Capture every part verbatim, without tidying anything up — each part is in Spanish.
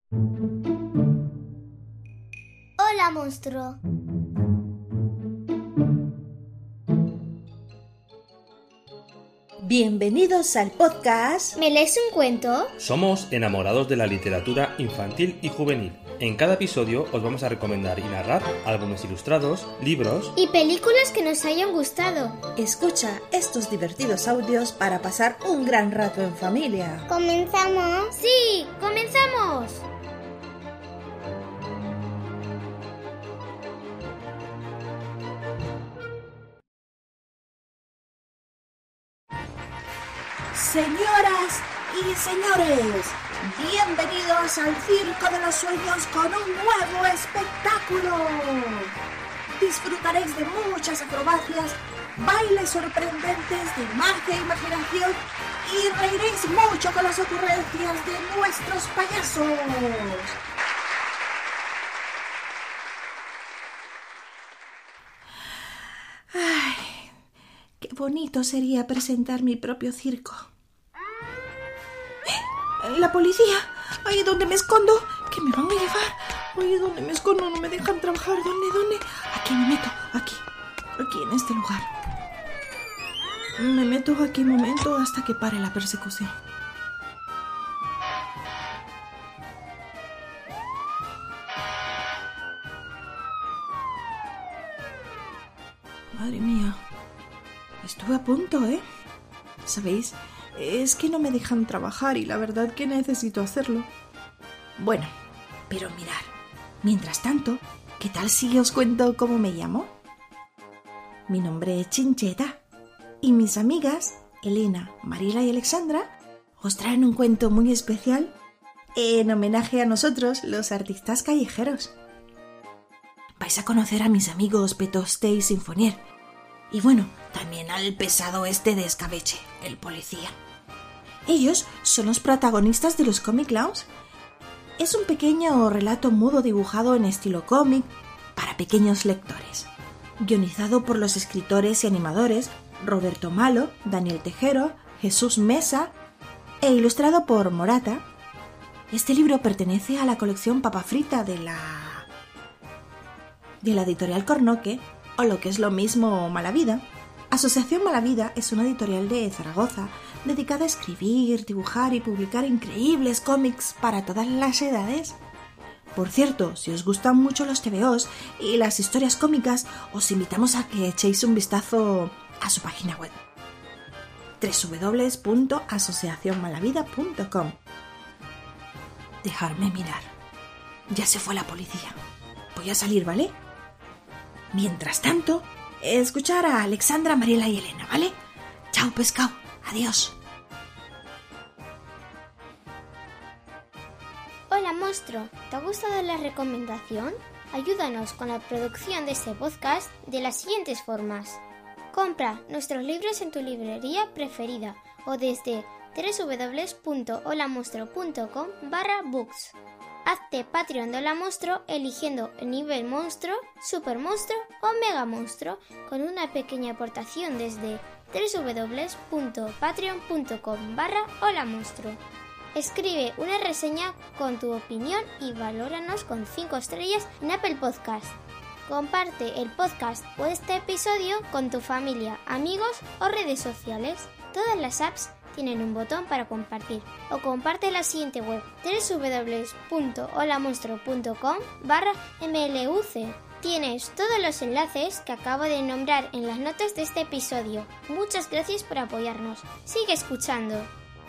Hola, monstruo. Bienvenidos al podcast ¿Me lees un cuento? Somos enamorados de la literatura infantil y juvenil. En cada episodio os vamos a recomendar y narrar álbumes ilustrados, libros Y películas que nos hayan gustado. Escucha estos divertidos audios para pasar un gran rato en familia. ¿Comenzamos? ¡Sí! ¡Comenzamos! Señoras y señores, bienvenidos al Circo de los Sueños con un nuevo espectáculo. Disfrutaréis de muchas acrobacias, bailes sorprendentes, de magia e imaginación y reiréis mucho con las ocurrencias de nuestros payasos. Ay, qué bonito sería presentar mi propio circo. ¡La policía! ¡Ay, dónde me escondo! ¡Que me van a llevar! ¡Ay, dónde me escondo! No me dejan trabajar. ¿Dónde, dónde? Aquí me meto. Aquí. Aquí, en este lugar. Me meto aquí un momento hasta que pare la persecución. Madre mía. Estuve a punto, ¿eh? ¿Sabéis? Es que no me dejan trabajar y la verdad que necesito hacerlo. Bueno, pero mirad, mientras tanto, ¿qué tal si os cuento cómo me llamo? Mi nombre es Chincheta y mis amigas, Elena, Mariela y Alexandra, os traen un cuento muy especial en homenaje a nosotros, los artistas callejeros. Vais a conocer a mis amigos Petoste y Sinfonier. Y bueno, también al pesado este de escabeche, el policía. Ellos son los protagonistas de los Comic Clowns. Es un pequeño relato mudo dibujado en estilo cómic para pequeños lectores, guionizado por los escritores y animadores Roberto Malo, Daniel Tejero, Jesús Mesa e ilustrado por Morata. Este libro pertenece a la colección Papa Frita de la de la editorial Cornoque, o lo que es lo mismo Malavida. Asociación Malavida es una editorial de Zaragoza dedicada a escribir, dibujar y publicar increíbles cómics para todas las edades. Por cierto, si os gustan mucho los tebeos y las historias cómicas, os invitamos a que echéis un vistazo a su página web doble u doble u doble u punto asociación malavida punto com. Dejadme mirar. Ya se fue la policía. Voy a salir, ¿vale? Mientras tanto, escuchar a Alexandra, Mariela y Elena, ¿vale? Chao, pescado. Adiós. Hola, monstruo. ¿Te ha gustado la recomendación? Ayúdanos con la producción de este podcast de las siguientes formas. Compra nuestros libros en tu librería preferida o desde doble u doble u doble u punto hola monstruo punto com barra books. Hazte Patreon de Hola Monstruo eligiendo el nivel monstruo, super monstruo o mega monstruo con una pequeña aportación desde doble u doble u doble u punto patreon punto com barra hola monstruo. Escribe una reseña con tu opinión y valóranos con cinco estrellas en Apple Podcast. Comparte el podcast o este episodio con tu familia, amigos o redes sociales. Todas las apps tienen un botón para compartir o comparte la siguiente web doble u doble u doble u punto hola monstruo punto com barra mluc. Tienes todos los enlaces que acabo de nombrar en las notas de este episodio. Muchas gracias por apoyarnos. Sigue escuchando.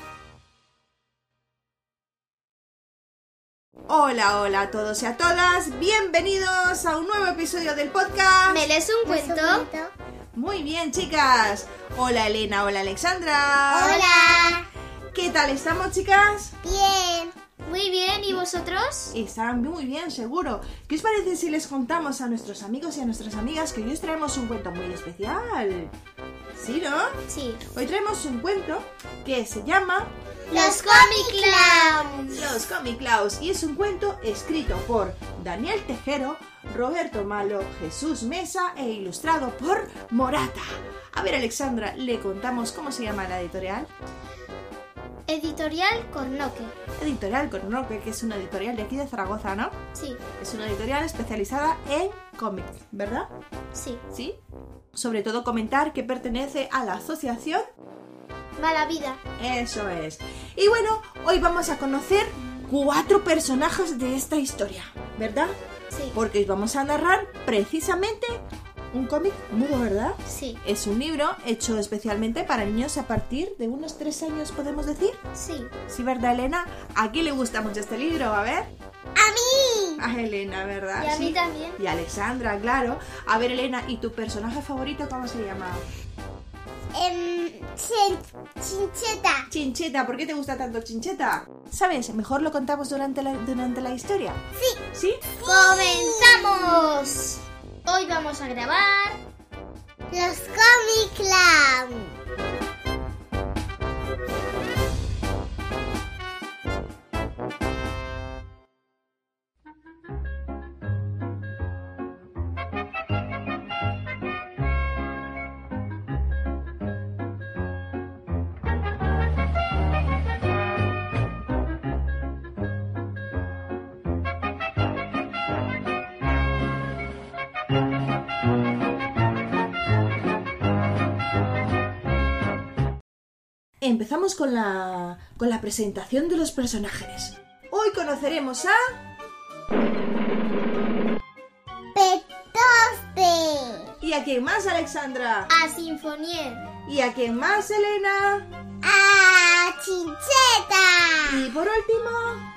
Hola, hola a todos y a todas. Bienvenidos a un nuevo episodio del podcast. ¿Me lees un cuento? Muy bien, chicas. Hola, Elena. Hola, Alexandra. Hola. ¿Qué tal estamos, chicas? Bien. Muy bien, ¿y vosotros? Están muy bien, seguro. ¿Qué os parece si les contamos a nuestros amigos y a nuestras amigas que hoy os traemos un cuento muy especial? ¿Sí, no? Sí. Hoy traemos un cuento que se llama Los Comic Clowns. Los Comic Clowns, y es un cuento escrito por Daniel Tejero, Roberto Malo, Jesús Mesa e ilustrado por Morata. A ver, Alexandra, ¿le contamos cómo se llama la editorial? Editorial Cornoque. Editorial Cornoque, que es una editorial de aquí de Zaragoza, ¿no? Sí. Es una editorial especializada en cómics, ¿verdad? Sí. ¿Sí? Sobre todo comentar que pertenece a la asociación Mala Vida. Eso es. Y bueno, hoy vamos a conocer cuatro personajes de esta historia, ¿verdad? Sí. Porque os vamos a narrar precisamente un cómic mudo, ¿verdad? Sí. Es un libro hecho especialmente para niños a partir de unos tres años, ¿podemos decir? Sí. Sí, ¿verdad, Elena? ¿A quién le gusta mucho este libro? A ver. ¡A mí! A Elena, ¿verdad? Y a Sí. mí también. Y a Alexandra, claro. A ver, Elena, ¿y tu personaje favorito cómo se llama? Eh, chin, chincheta. Chincheta. ¿Por qué te gusta tanto Chincheta? ¿Sabes? Mejor lo contamos durante la, durante la historia. Sí. ¿Sí? ¡Comenzamos! Hoy vamos a grabar los Comic Clown. Empezamos con la, con la presentación de los personajes. Hoy conoceremos a... Petoste. ¿Y a quién más, Alexandra? A Sinfonier. ¿Y a quién más, Elena? A Chincheta. Y por último...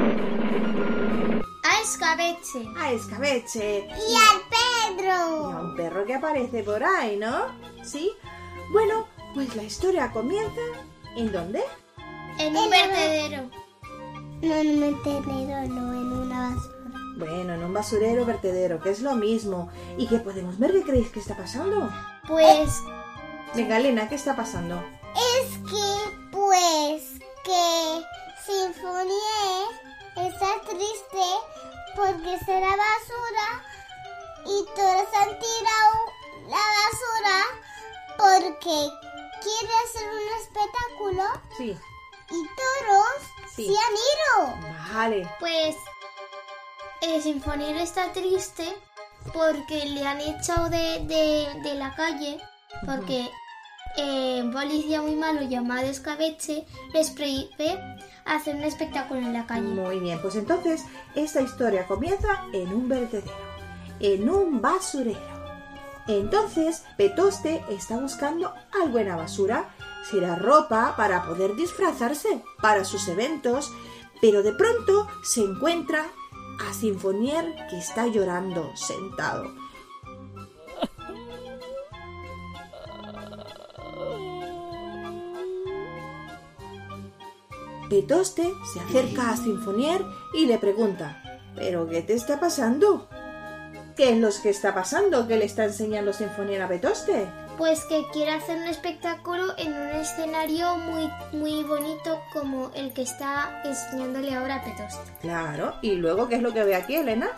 A Escabeche. a Escabeche. Y al Y Pedro. a un perro que aparece por ahí, ¿no? ¿Sí? Bueno, pues la historia comienza... ¿En dónde? En un vertedero. No, en un vertedero, no, en una basura. Bueno, en un basurero vertedero, que es lo mismo. ¿Y qué podemos ver? ¿Qué creéis que está pasando? Pues Venga, Elena, ¿qué está pasando? es que, pues, que Sinfonier está triste porque está la basura y todos han tirado la basura porque quiere hacer un espectáculo Sí. y todos Sí. se han ido. Vale. Pues eh, Sinfonier está triste porque le han echado de, de, de la calle porque eh, un policía muy malo llamado Escabeche les prohíbe hacer un espectáculo en la calle. Muy bien, pues entonces esta historia comienza en un vertedero, en un basurero. Entonces Petoste está buscando algo en la basura, será ropa para poder disfrazarse para sus eventos, pero de pronto se encuentra a Sinfonier que está llorando sentado. Petoste se acerca a Sinfonier y le pregunta: ¿pero qué te está pasando? ¿Qué es lo que está pasando? ¿Qué le está enseñando Sinfonier a Petoste? Pues que quiere hacer un espectáculo en un escenario muy, muy bonito como el que está enseñándole ahora a Petoste. Claro, ¿y luego qué es lo que ve aquí, Elena?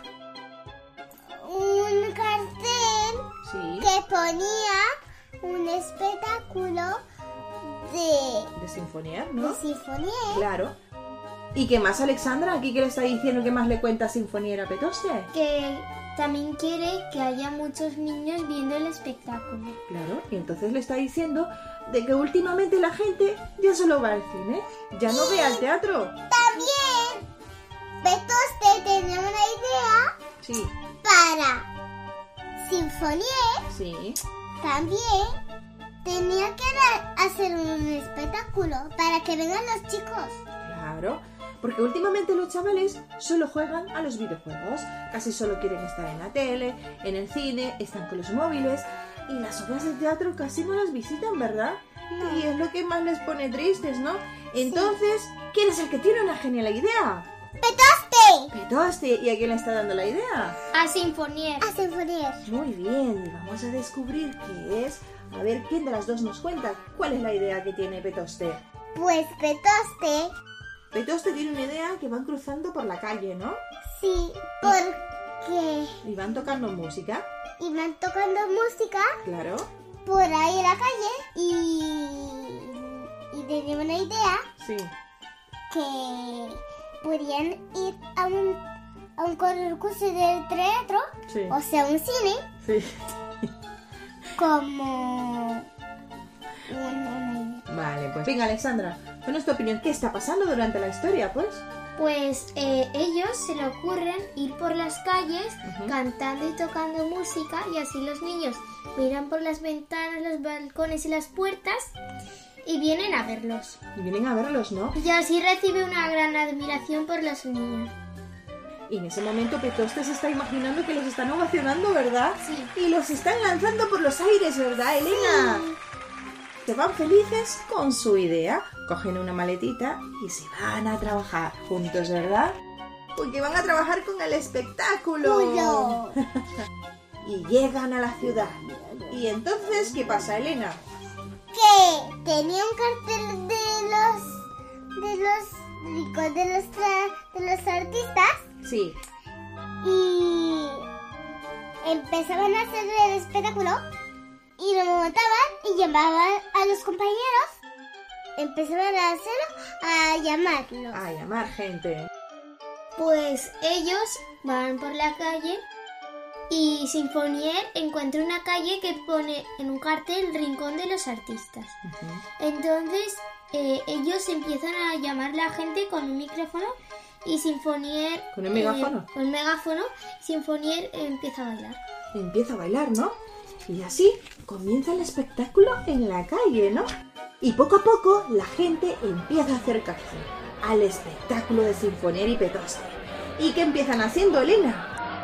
Un cartel Sí, que ponía un espectáculo de, de Sinfonier, de ¿no? Sinfonier. Claro. ¿Y qué más, Alexandra? ¿Aquí qué le está diciendo que más le cuenta Sinfonier a Petoste? Que también quiere que haya muchos niños viendo el espectáculo. Claro, y entonces le está diciendo de que últimamente la gente ya solo va al cine, ya no ve al teatro. También Petoste tenía una idea Sí, para Sinfonier. sí. También tenía que ra- hacer un espectáculo para que vengan los chicos. Claro, porque últimamente los chavales solo juegan a los videojuegos, casi solo quieren estar en la tele, en el cine, están con los móviles y las obras de teatro casi no las visitan, ¿verdad? No. Y es lo que más les pone tristes, ¿no? Entonces, ¿quién es el que tiene una genial idea? ¡Petoste! Petoste, ¿y a quién le está dando la idea? A Sinfonier. A Sinfonier. Muy bien, y vamos a descubrir qué es. A ver quién de las dos nos cuenta cuál es la idea que tiene Petoste. Pues Petoste, Petoste tiene una idea que van cruzando por la calle, ¿no? sí, porque Y van tocando música, iban tocando música claro. por ahí en la calle y, y tenía una idea Sí. Sí. que podían ir a un, a un concurso de teatro, Sí. o sea, un cine, Sí. como un- un- Vale, pues venga, Alexandra, danos tu opinión. ¿Qué está pasando durante la historia, pues? Pues eh, ellos se le ocurren ir por las calles Ujú. cantando y tocando música y así los niños miran por las ventanas, los balcones y las puertas y vienen a verlos. Y vienen a verlos, ¿no? Y así recibe una gran admiración por los niños. Y en ese momento Petoste se está imaginando que los están ovacionando, ¿verdad? Sí. Y los están lanzando por los aires, ¿verdad, Elena? Se van felices con su idea. Cogen una maletita y se van a trabajar juntos, ¿verdad? Porque van a trabajar con el espectáculo. Culo. Y llegan a la ciudad. Y entonces, ¿qué pasa, Elena? que tenía un cartel de los de los ricos, de los tra- de los artistas, Sí. y empezaban a hacer el espectáculo y lo montaban y llamaban a los compañeros, empezaban a hacerlo, a llamarlos. A llamar gente. Pues ellos van por la calle y Sinfonier encuentra una calle que pone en un cartel Rincón de los Artistas. Ujú. Entonces eh, ellos empiezan a llamar a la gente con un micrófono y Sinfonier... ¿Con el megáfono? eh, con el megáfono, Sinfonier empieza a bailar. Empieza a bailar, ¿no? Y así comienza el espectáculo en la calle, ¿no? Y poco a poco la gente empieza a acercarse al espectáculo de Sinfonier y Petoste. ¿Y qué empiezan haciendo, Elena?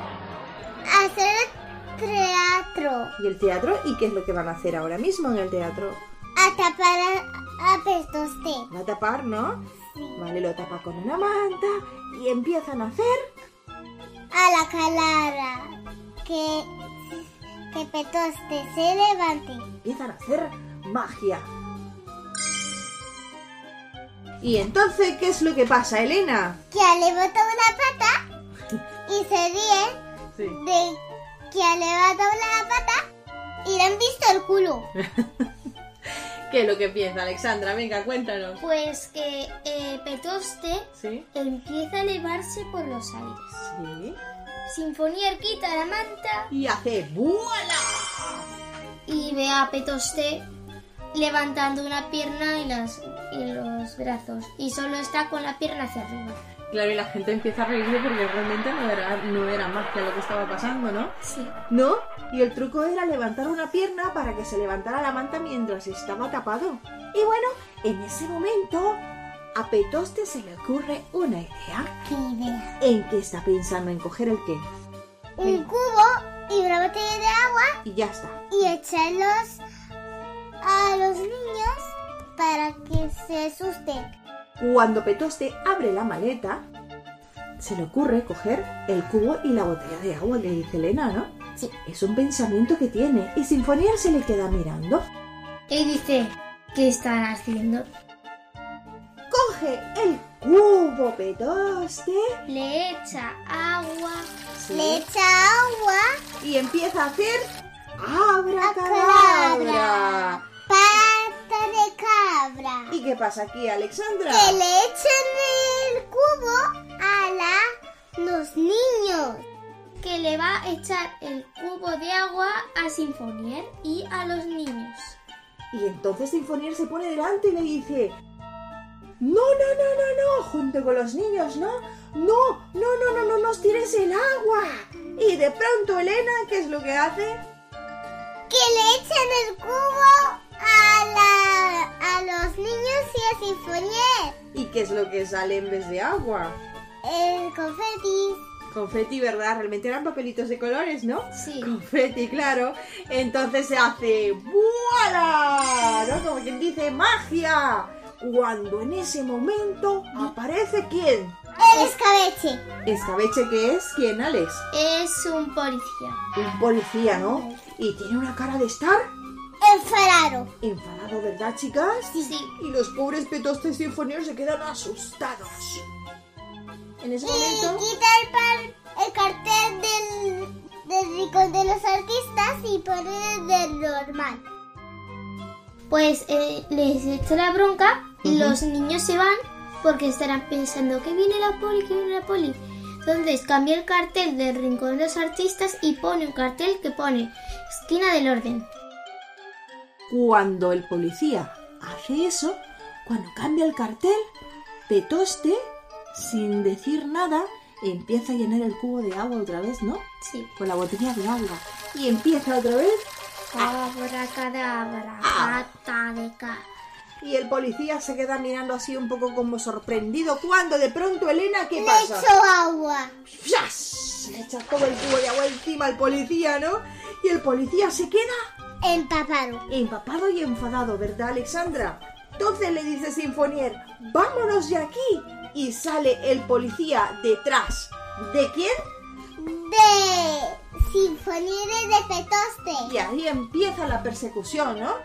Hacer teatro, ¿Y el teatro? ¿Y qué es lo que van a hacer ahora mismo en el teatro? a tapar a, a Petoste. Va a tapar, ¿no? Sí. Vale, lo tapa con una manta y empiezan a hacer... A la calara, que, que Petoste se levante. Empiezan a hacer magia. ¿Y entonces qué es lo que pasa, Elena? Que ha levantado una pata y se ríen Sí. de que ha levantado la pata y le han visto el culo. ¿Qué es lo que piensa, Alexandra? Venga, cuéntanos. Pues que eh, Petoste ¿Sí? empieza a elevarse por los aires. Sí. Sinfonier quita la manta Y hace ¡vuela! y ve a Petoste levantando una pierna y, las, y los brazos. Y solo está con la pierna hacia arriba. Claro, y la gente empieza a reírse porque realmente no era, no era magia lo que estaba pasando, ¿no? Sí. ¿No? Y el truco era levantar una pierna para que se levantara la manta mientras estaba tapado. Y bueno, en ese momento a Petoste se le ocurre una idea. ¿Qué idea? ¿En qué está pensando? ¿En coger el qué? Un cubo y una botella de agua Y ya está. y echarlos a los niños para que se asusten. Cuando Petoste abre la maleta, se le ocurre coger el cubo y la botella de agua que dice Elena, ¿no? Sí. Es un pensamiento que tiene y Sinfonier se le queda mirando. Y dice, ¿qué están haciendo? Coge el cubo, Petoste, Le echa agua. ¿sí? Le echa agua, y empieza a hacer abracadabra. Abracadabra. pata de cabra. ¿Y qué pasa aquí, Alexandra? Que le echen el cubo a la, los niños. Que le va a echar el cubo de agua a Sinfonier y a los niños. Y entonces Sinfonier se pone delante y le dice: No, no, no, no, no, junto con los niños, no, no, no, no, no, no nos tires el agua. Y de pronto Elena, ¿qué es lo que hace? Que le echen el cubo a, la, a los niños y a Sinfonier. ¿Y qué es lo que sale en vez de agua? El confeti. Confeti, ¿verdad? Realmente eran papelitos de colores, ¿no? Sí. Confeti, claro. Entonces se hace ¡vuela! ¿No? Como quien dice ¡magia! Cuando en ese momento aparece ¿quién? El escabeche. ¿Escabeche qué es? ¿Quién, Alex? Es un policía. Un policía, ¿no? Y tiene una cara de estar Enfadado. enfadado, ¿verdad, chicas? Sí. Y los pobres Petostes Sinfonier se quedan asustados. En ese Y momento... quita el, par- el cartel del, del rincón de los artistas y pone el del normal. Pues eh, les echa la bronca uh-huh. Los niños se van porque estarán pensando que viene la poli, que viene la poli. Entonces cambia el cartel del Rincón de los Artistas y pone un cartel que pone Esquina del Orden. Cuando el policía hace eso, cuando cambia el cartel, Petoste, sin decir nada, empieza a llenar el cubo de agua otra vez, ¿no? Sí. Con la botella de agua. Y empieza otra vez. Abracadabra, pata de ca. Y el policía se queda mirando así un poco como sorprendido cuando de pronto, Elena, ¿qué Le pasa? echó agua. ¡Yas! Le echa todo el cubo de agua encima al policía, ¿no? Y el policía se queda Empapado. empapado y enfadado, ¿verdad, Alexandra? Entonces le dice Sinfonier, vámonos de aquí. Y sale el policía detrás. ¿De quién? De Sinfonieres de Petoste. Y ahí empieza la persecución, ¿no?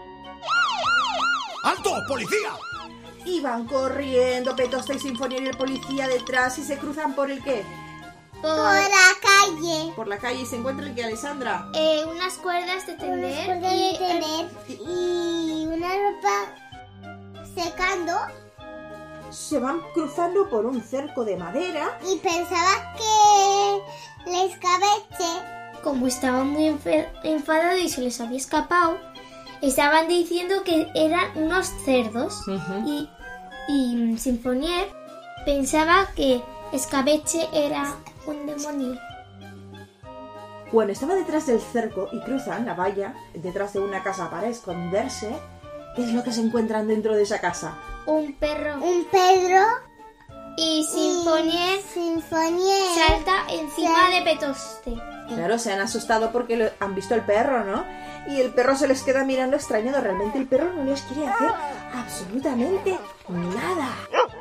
¡Alto, policía! Y van corriendo Petoste y Sinfonier y el policía detrás y se cruzan por el ¿qué? Por la calle. Por la calle y se encuentra el que, Alessandra. Eh, unas cuerdas de tender. Unas cuerdas y, de tender y una ropa secando. Se van cruzando por un cerco de madera. Y pensaba que el escabeche. Como estaban muy enfe- enfadados y se les había escapado, estaban diciendo que eran unos cerdos. Uh-huh. Y, y Sinfonier pensaba que escabeche era un demonio. Bueno, estaba detrás del cerco y cruzan la valla detrás de una casa para esconderse. ¿Qué es lo que se encuentran dentro de esa casa? Un perro. Un Pedro. Y Sinfonier y Sinfonier salta encima Sal- de Petoste. Claro, se han asustado porque lo- han visto el perro, ¿no? Y el perro se les queda mirando extrañado. Realmente el perro no les quiere hacer absolutamente nada.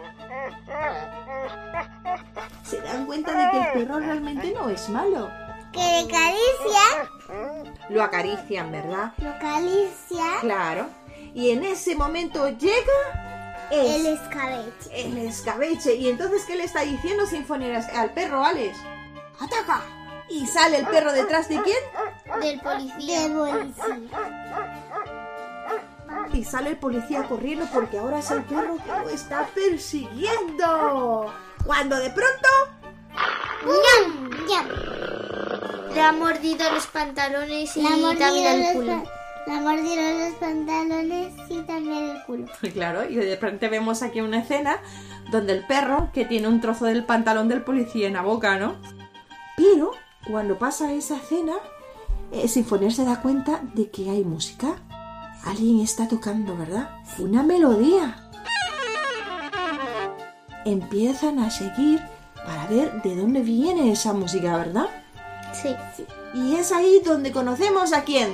Se dan cuenta de que el perro realmente no es malo. que le acaricia. Lo acarician, ¿verdad? Lo acaricia. Claro. Y en ese momento llega El es escabeche. el escabeche. ¿Y entonces qué le está diciendo Sinfonier al perro, Alex? ¡Ataca! Y sale el perro detrás de ¿quién? Del policía. De policía. Y sale el policía corriendo porque ahora es el perro que lo está persiguiendo. Cuando de pronto... ¡Ñam! ¡Ñam! Le ha mordido los pantalones y La también mordieron el los culo. pa- La mordieron los pantalones y también el culo. Claro, y de repente vemos aquí una escena donde el perro que tiene un trozo del pantalón del policía en la boca, ¿no? Pero cuando pasa esa escena, eh, Sinfonier se da cuenta de que hay música. Alguien está tocando, ¿verdad? Una melodía. Empiezan a seguir para ver de dónde viene esa música, ¿verdad? Sí. Y es ahí donde conocemos a quién.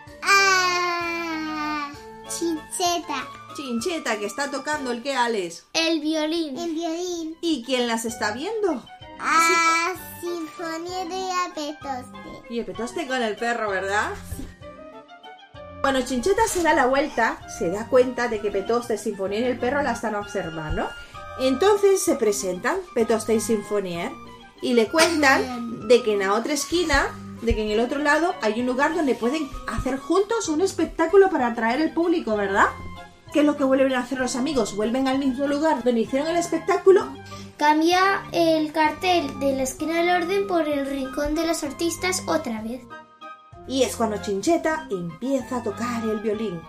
¡Ah! Chincheta. Chincheta, que está tocando el que, Alex. El violín. El violín. ¿Y quién las está viendo? ¡Ah! Sinfonía de Apetoste. Y el Petoste con el perro, ¿verdad? Bueno, Chincheta se da la vuelta, se da cuenta de que Petoste, Sinfonier y el perro la están observando. Entonces se presentan Petoste y Sinfonier y le cuentan de que en la otra esquina, de que en el otro lado hay un lugar donde pueden hacer juntos un espectáculo para atraer al público, ¿verdad? ¿Qué es lo que vuelven a hacer los amigos? Vuelven al mismo lugar donde hicieron el espectáculo. Cambia el cartel de la esquina del orden por el Rincón de los Artistas otra vez. Y es cuando Chincheta empieza a tocar el violín.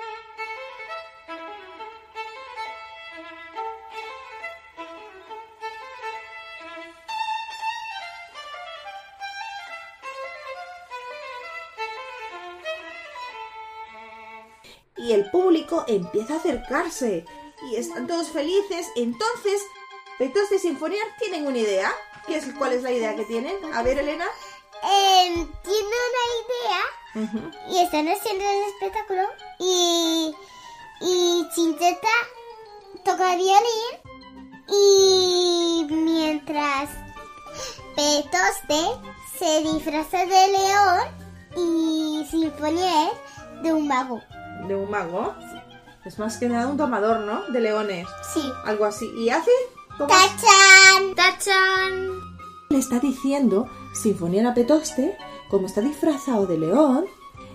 Y el público empieza a acercarse. Y están todos felices. Entonces, Petoste y Sinfonier tienen una idea. ¿Qué es, ¿Cuál es la idea que tienen? A ver, Elena. Eh, tiene una idea Uh-huh. y están haciendo el espectáculo y, y Chincheta toca el violín y mientras Petoste se disfraza de león y Sinfonier de un mago. ¿De un mago? Es más que nada un tomador, ¿no? De leones. Sí. Algo así. ¿Y hace? ¿Cómo? ¡Tachán! ¡Tachan! Le está diciendo Sinfonier a Petoste, como está disfrazado de león,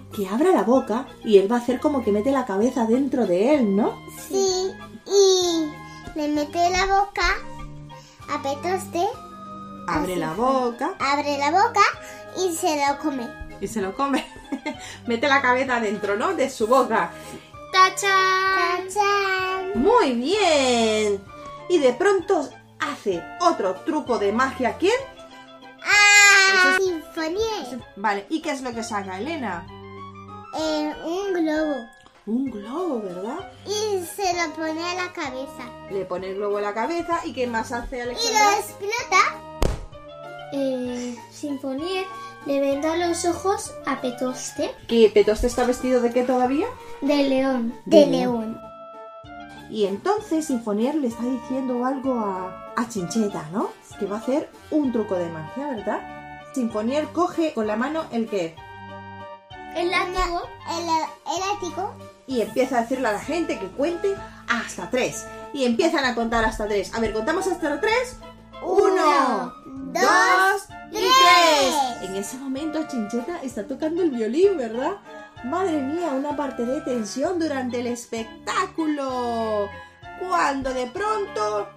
que abra la boca y él va a hacer como que mete la cabeza dentro de él, ¿no? Sí, y le mete la boca a Petoste. Abre Así. la boca Abre la boca y se lo come. y se lo come. Mete la cabeza dentro, ¿no? De su boca. ¡Tachán! ¡Tachán! Muy bien. Y de pronto hace otro truco de magia. ¿Quién? ¡Ah! Sinfonía. Vale, ¿y qué es lo que saca Elena? Eh, un globo. Un globo, ¿verdad? Y se lo pone a la cabeza. Le pone el globo en la cabeza. ¿Y qué más hace Y Alexandra? lo explota. Eh, Sinfonier le venda los ojos a Petoste ¿Que Petoste está vestido de qué todavía? de león. De león. Y entonces Sinfonier le está diciendo algo a, a Chincheta, ¿no? Que va a hacer un truco de magia, ¿verdad? Sinfonier coge con la mano el qué El látigo. El, el ático. y empieza a decirle a la gente que cuente hasta tres. Y empiezan a contar hasta tres. A ver, ¿contamos hasta tres? Uno, dos y tres. En ese momento Chincheta está tocando el violín, ¿verdad? Madre mía, una parte de tensión durante el espectáculo. Cuando de pronto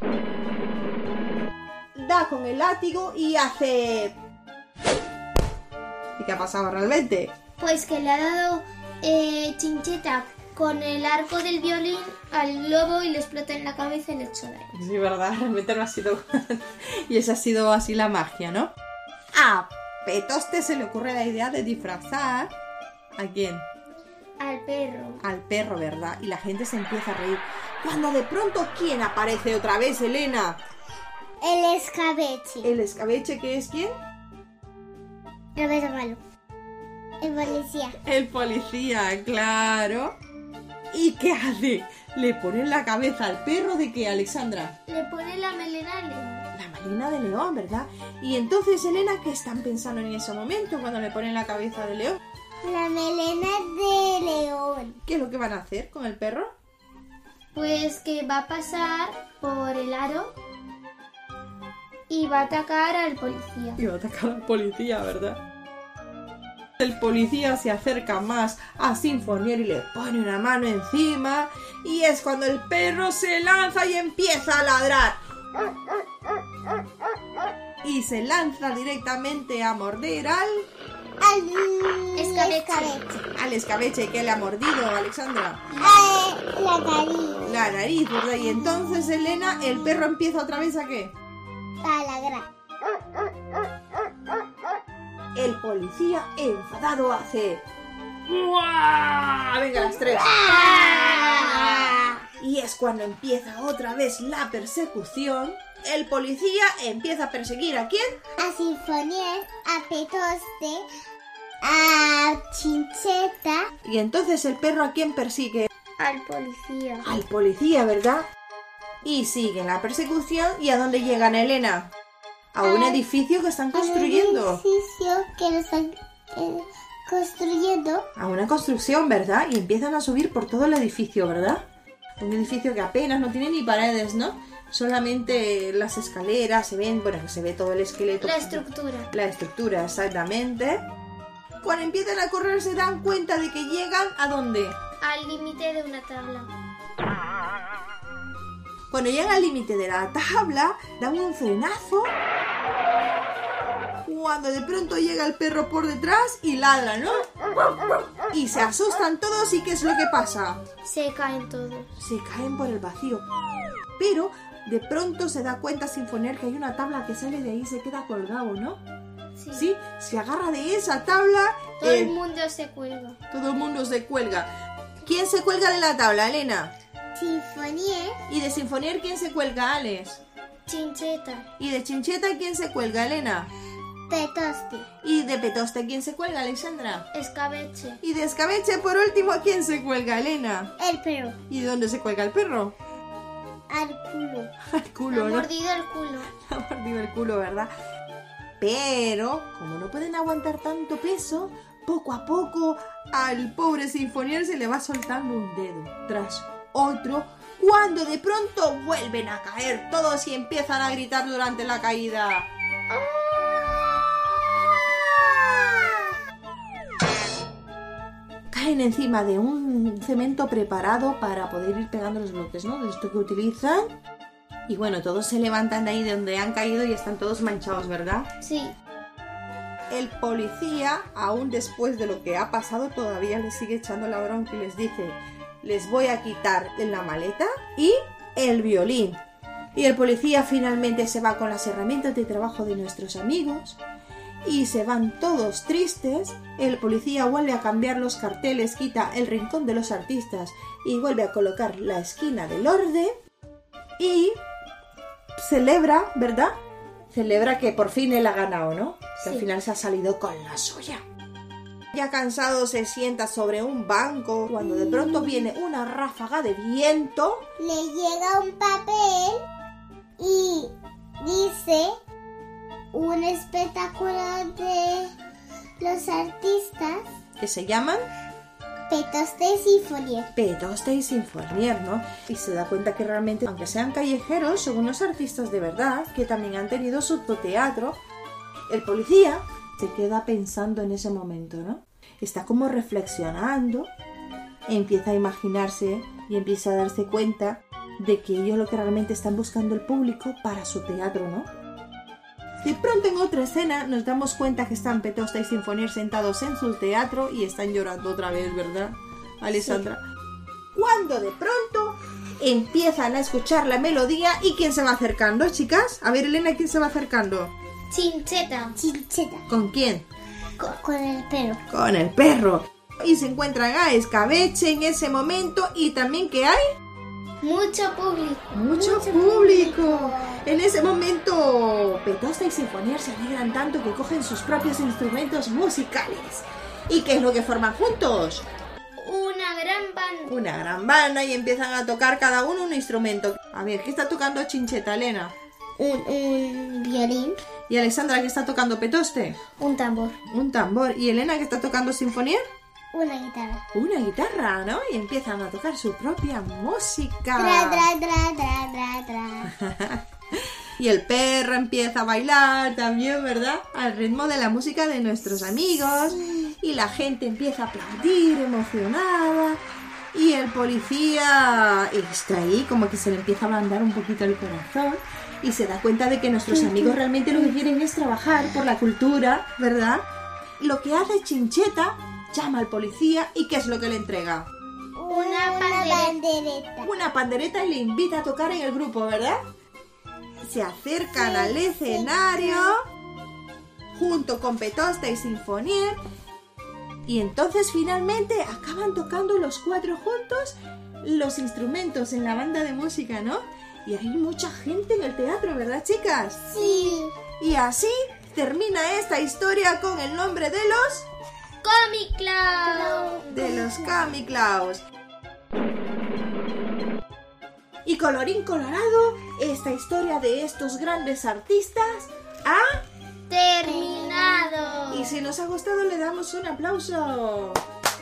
da con el látigo y hace... ¿Y qué ha pasado realmente? Pues que le ha dado eh, Chincheta con el arco del violín al globo y le explota en la cabeza y le echó de ahí. Sí, verdad, realmente no ha sido... y esa ha sido así la magia, ¿no? A Petoste se le ocurre la idea de disfrazar... ¿A quién? Al perro. Al perro, ¿verdad? Y la gente se empieza a reír. Cuando de pronto, ¿quién aparece otra vez, Elena? El escabeche. El escabeche, ¿que es quién? El beso malo. El policía. El policía, claro. ¿Y qué hace? Le pone en la cabeza al perro de qué, Alexandra? Le pone la melena al león. La melena de león, ¿verdad? Y entonces, Elena, ¿qué están pensando en ese momento cuando le ponen la cabeza de león? La melena de león. ¿Qué es lo que van a hacer con el perro? Pues que va a pasar por el aro y va a atacar al policía. Y va a atacar al policía, ¿verdad? El policía se acerca más a Sinfonier y le pone una mano encima. Y es cuando el perro se lanza y empieza a ladrar. Y se lanza directamente a morder al... Al Escabeche. escabeche. Al escabeche. Que le ha mordido, Alexandra. Eh, la nariz. La nariz, ¿verdad? Y entonces, Elena, el perro empieza otra vez a ¿qué? A ladrar. El policía enfadado hace... ¡Uah! Venga, las tres. Y es cuando empieza otra vez la persecución. El policía empieza a perseguir ¿a quién? A Sinfonier, a Petoste, a Chincheta. Y entonces el perro ¿a quién persigue? Al policía. Al policía, ¿verdad? Y siguen la persecución. ¿Y a dónde llegan, Elena? A un Al- edificio que están Un construyendo. edificio que lo están eh, construyendo. A una construcción, ¿verdad? Y empiezan a subir por todo el edificio, ¿verdad? Un edificio que apenas no tiene ni paredes, ¿no? Solamente las escaleras, se ven, bueno, se ve todo el esqueleto. La estructura. La estructura, exactamente. Cuando empiezan a correr se dan cuenta de que llegan ¿a dónde? Al límite de una tabla. Cuando llegan al límite de la tabla, dan un frenazo. Cuando de pronto llega el perro por detrás y ladra, ¿no? Y se asustan todos y ¿qué es lo que pasa? Se caen todos. Se caen por el vacío. Pero de pronto se da cuenta Sinfonier que hay una tabla que sale de ahí y se queda colgado, ¿no? Sí. Sí, se agarra de esa tabla. Todo eh, el mundo se cuelga. todo el mundo se cuelga. ¿Quién se cuelga de la tabla, Elena? Sinfonier, ¿Y de Sinfonier quién se cuelga, Alex? Chincheta. ¿Y de Chincheta quién se cuelga, Elena? Petoste, ¿Y de Petoste quién se cuelga, Alexandra? Escabeche. ¿Y de Escabeche, por último, quién se cuelga, Elena? el perro, ¿Y de dónde se cuelga el perro? al culo. Al Ha culo, ¿no? mordido el culo. Le ha mordido el culo, ¿verdad? Pero, como no pueden aguantar tanto peso, poco a poco al pobre Sinfonier se le va soltando un dedo tras otro, cuando de pronto vuelven a caer todos y empiezan a gritar durante la caída. caen encima de un cemento preparado para poder ir pegando los bloques, ¿no? De esto que utilizan. Y bueno, todos se levantan de ahí de donde han caído y están todos manchados, ¿verdad? Sí. El policía, aún después de lo que ha pasado, todavía les sigue echando la bronca y les dice: les voy a quitar la maleta y el violín. Y el policía finalmente se va con las herramientas de trabajo de nuestros amigos y se van todos tristes. El policía vuelve a cambiar los carteles, quita el rincón de los artistas y vuelve a colocar la esquina del orden y celebra, ¿verdad? Celebra que por fin él ha ganado, ¿no? Que Sí. al final se ha salido con la suya. Ya cansado se sienta sobre un banco cuando de pronto viene una ráfaga de viento. Le llega un papel y dice un espectáculo de los artistas Que se llaman Petoste y Sinfonía. Petoste y Sinfonier, ¿no? Y se da cuenta que realmente, aunque sean callejeros, son unos artistas de verdad que también han tenido su teatro. El policía se queda pensando en ese momento, ¿no? Está como reflexionando, empieza a imaginarse y empieza a darse cuenta de que ellos lo que realmente están buscando el público para su teatro, ¿no? De pronto en otra escena nos damos cuenta que están Petoste y Sinfonier sentados en su teatro y están llorando otra vez, ¿verdad, Alessandra? Sí. Cuando de pronto empiezan a escuchar la melodía y ¿quién se va acercando, chicas? A ver, Elena, ¿quién se va acercando? Chincheta. Chincheta. ¿Con quién? Con, con el perro. Con el perro. Y se encuentran a Escabeche en ese momento y también ¿qué hay? Mucho público. Mucho, Mucho público. público. En ese momento, Petoste y Sinfonier se alegran tanto que cogen sus propios instrumentos musicales. ¿Y qué es lo que forman juntos? Una gran banda. Una gran banda y empiezan a tocar cada uno un instrumento. A ver, ¿qué está tocando Chincheta, Elena? Un, un violín. ¿Y Alessandra, qué está tocando Petoste? Un tambor. Un tambor. ¿Y Elena, qué está tocando Sinfonier? Una guitarra. Una guitarra, ¿no? Y empiezan a tocar su propia música. Tra, tra, tra, tra, tra, tra. Y el perro empieza a bailar también, ¿verdad? Al ritmo de la música de nuestros amigos. Sí. Y la gente empieza a aplaudir, emocionada. Y el policía está ahí, como que se le empieza a ablandar un poquito el corazón. Y se da cuenta de que nuestros amigos realmente lo que quieren es trabajar por la cultura, ¿verdad? Lo que hace Chincheta, llama al policía y ¿qué es lo que le entrega? Una, una pandereta. Una pandereta y le invita a tocar en el grupo, ¿verdad? Se acercan sí, al escenario sí. junto con Petoste y Sinfonier y entonces finalmente acaban tocando los cuatro juntos los instrumentos en la banda de música, ¿no? Y hay mucha gente en el teatro, ¿verdad, chicas? Sí. Y así termina esta historia con el nombre de los... Comiclaus. De los Comiclaus. Y colorín colorado, esta historia de estos grandes artistas ha terminado. Y si nos ha gustado le damos un aplauso.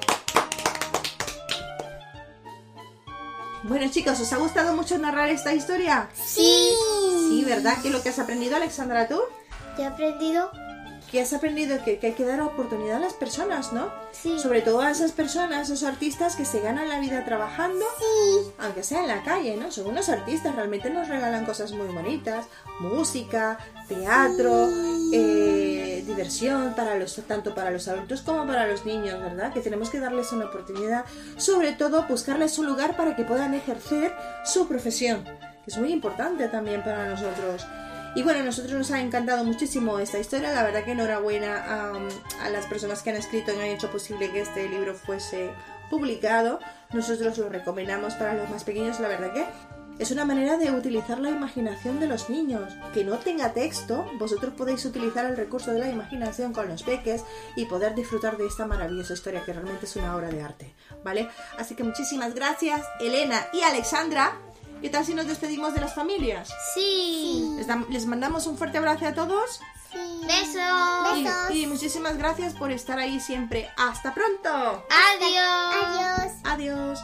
Bueno, chicos, ¿os ha gustado mucho narrar esta historia? Sí. Sí, ¿verdad? ¿Qué es lo que has aprendido, Alexandra, tú? Yo he aprendido... que has aprendido que, que hay que dar oportunidad a las personas, ¿no? Sí. Sobre todo a esas personas, esos artistas que se ganan la vida trabajando, sí. aunque sea en la calle, ¿no? Son unos artistas, realmente nos regalan cosas muy bonitas, música, teatro, sí. eh, diversión, para los, tanto para los adultos como para los niños, ¿verdad? Que tenemos que darles una oportunidad, sobre todo buscarles un lugar para que puedan ejercer su profesión, que es muy importante también para nosotros. Y bueno, a nosotros nos ha encantado muchísimo esta historia, la verdad que enhorabuena a, a las personas que han escrito y han hecho posible que este libro fuese publicado. Nosotros lo recomendamos para los más pequeños, la verdad que es una manera de utilizar la imaginación de los niños. Que no tenga texto, vosotros podéis utilizar el recurso de la imaginación con los peques y poder disfrutar de esta maravillosa historia que realmente es una obra de arte, ¿vale? Así que muchísimas gracias, Elena y Alexandra. ¿Qué tal si nos despedimos de las familias? Sí. ¿Les, da, les mandamos un fuerte abrazo a todos? Sí. Besos. Y, Besos. y muchísimas gracias por estar ahí siempre. ¡Hasta pronto! Adiós. Adiós. Adiós.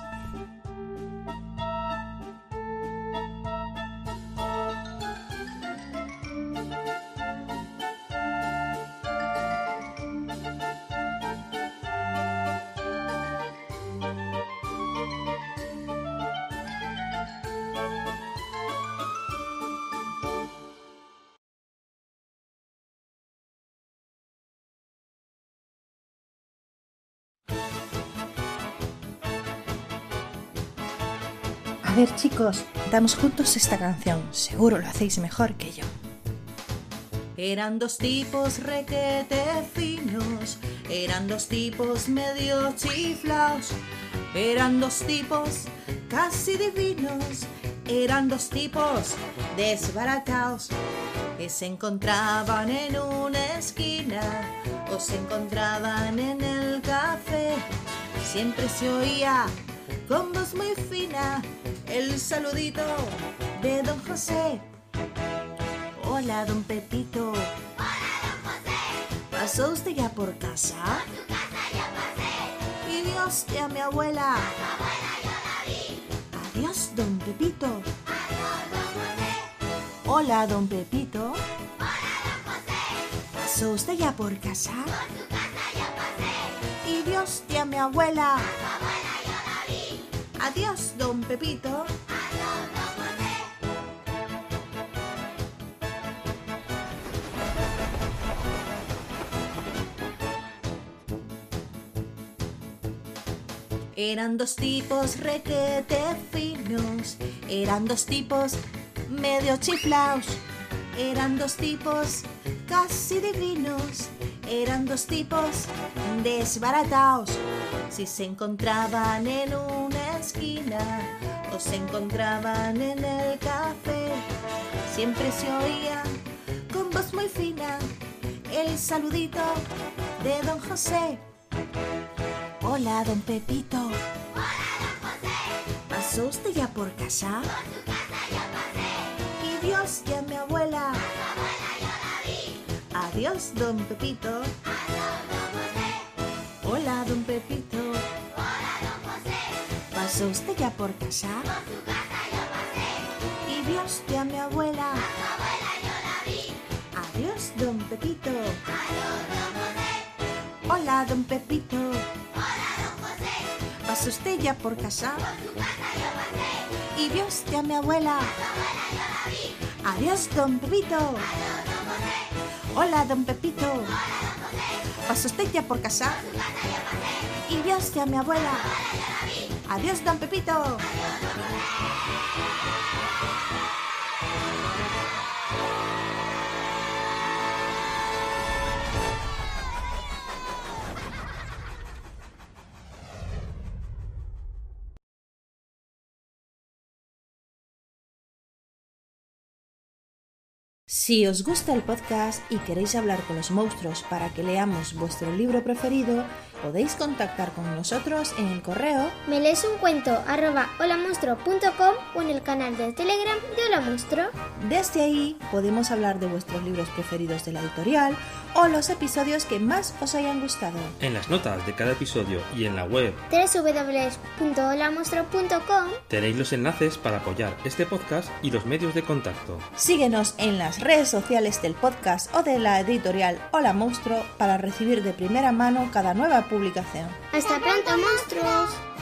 A ver, chicos, damos juntos esta canción. Seguro lo hacéis mejor que yo. Eran dos tipos requete finos, eran dos tipos medio chiflaos, eran dos tipos casi divinos, eran dos tipos desbarataos, que se encontraban en una esquina o se encontraban en el café. Siempre se oía con voz muy fina el saludito de don José. Hola, don Pepito. Hola, don José. ¿Pasó usted ya por casa? Por su casa ya pasé. Y Dios y a mi abuela. A su abuela yo la vi. Adiós, don Pepito. Adiós, don José. Hola, don Pepito. Hola, don José. ¿Pasó usted ya por casa? Por su casa ya pasé. Y Dios y a mi abuela. A su abuela yo la vi. Adiós, don Pepito. Adiós, don José. Eran dos tipos requete finos, eran dos tipos medio chiflaos, eran dos tipos casi divinos, eran dos tipos desbarataos. Si se encontraban en una esquina o se encontraban en el café, siempre se oía con voz muy fina el saludito de don José. Hola, don Pepito. Hola, don José. ¿Pasó usted ya por casa? Por su casa ya pasé. Y Dios y a mi abuela. A su abuela yo la vi. Adiós, don Pepito. Adiós, don José. Hola, don Pepito. Hola, don José. ¿Pasó usted ya por casa? Por su casa ya pasé. Y Dios y a mi abuela. A su abuela yo la vi. Adiós, don Pepito. Adiós, don José. Hola, don Pepito. Hola, don José. ¿Pasó usted ya por casa? Por su casa yo pasé. Y Dios y a mi abuela. A su abuela yo la vi. Adiós, don Pepito. Adiós, don José. Hola, don Pepito. Hola, don José. ¿Pasó usted ya por casa? Por su casa yo pasé. Y Dios y a mi abuela. A su abuela yo la vi. Adiós, don Pepito. Adiós, don José. Si os gusta el podcast y queréis hablar con los monstruos para que leamos vuestro libro preferido, podéis contactar con nosotros en el correo Me lees un cuento arroba holamonstruo punto com o en el canal de Telegram de Hola Monstruo. Desde ahí podemos hablar de vuestros libros preferidos de la editorial o los episodios que más os hayan gustado. En las notas de cada episodio y en la web doble u doble u doble u punto holamonstruo punto com tenéis los enlaces para apoyar este podcast y los medios de contacto. Síguenos en las redes sociales del podcast o de la editorial Hola Monstruo para recibir de primera mano cada nueva publicación. ¡Hasta pronto, monstruos!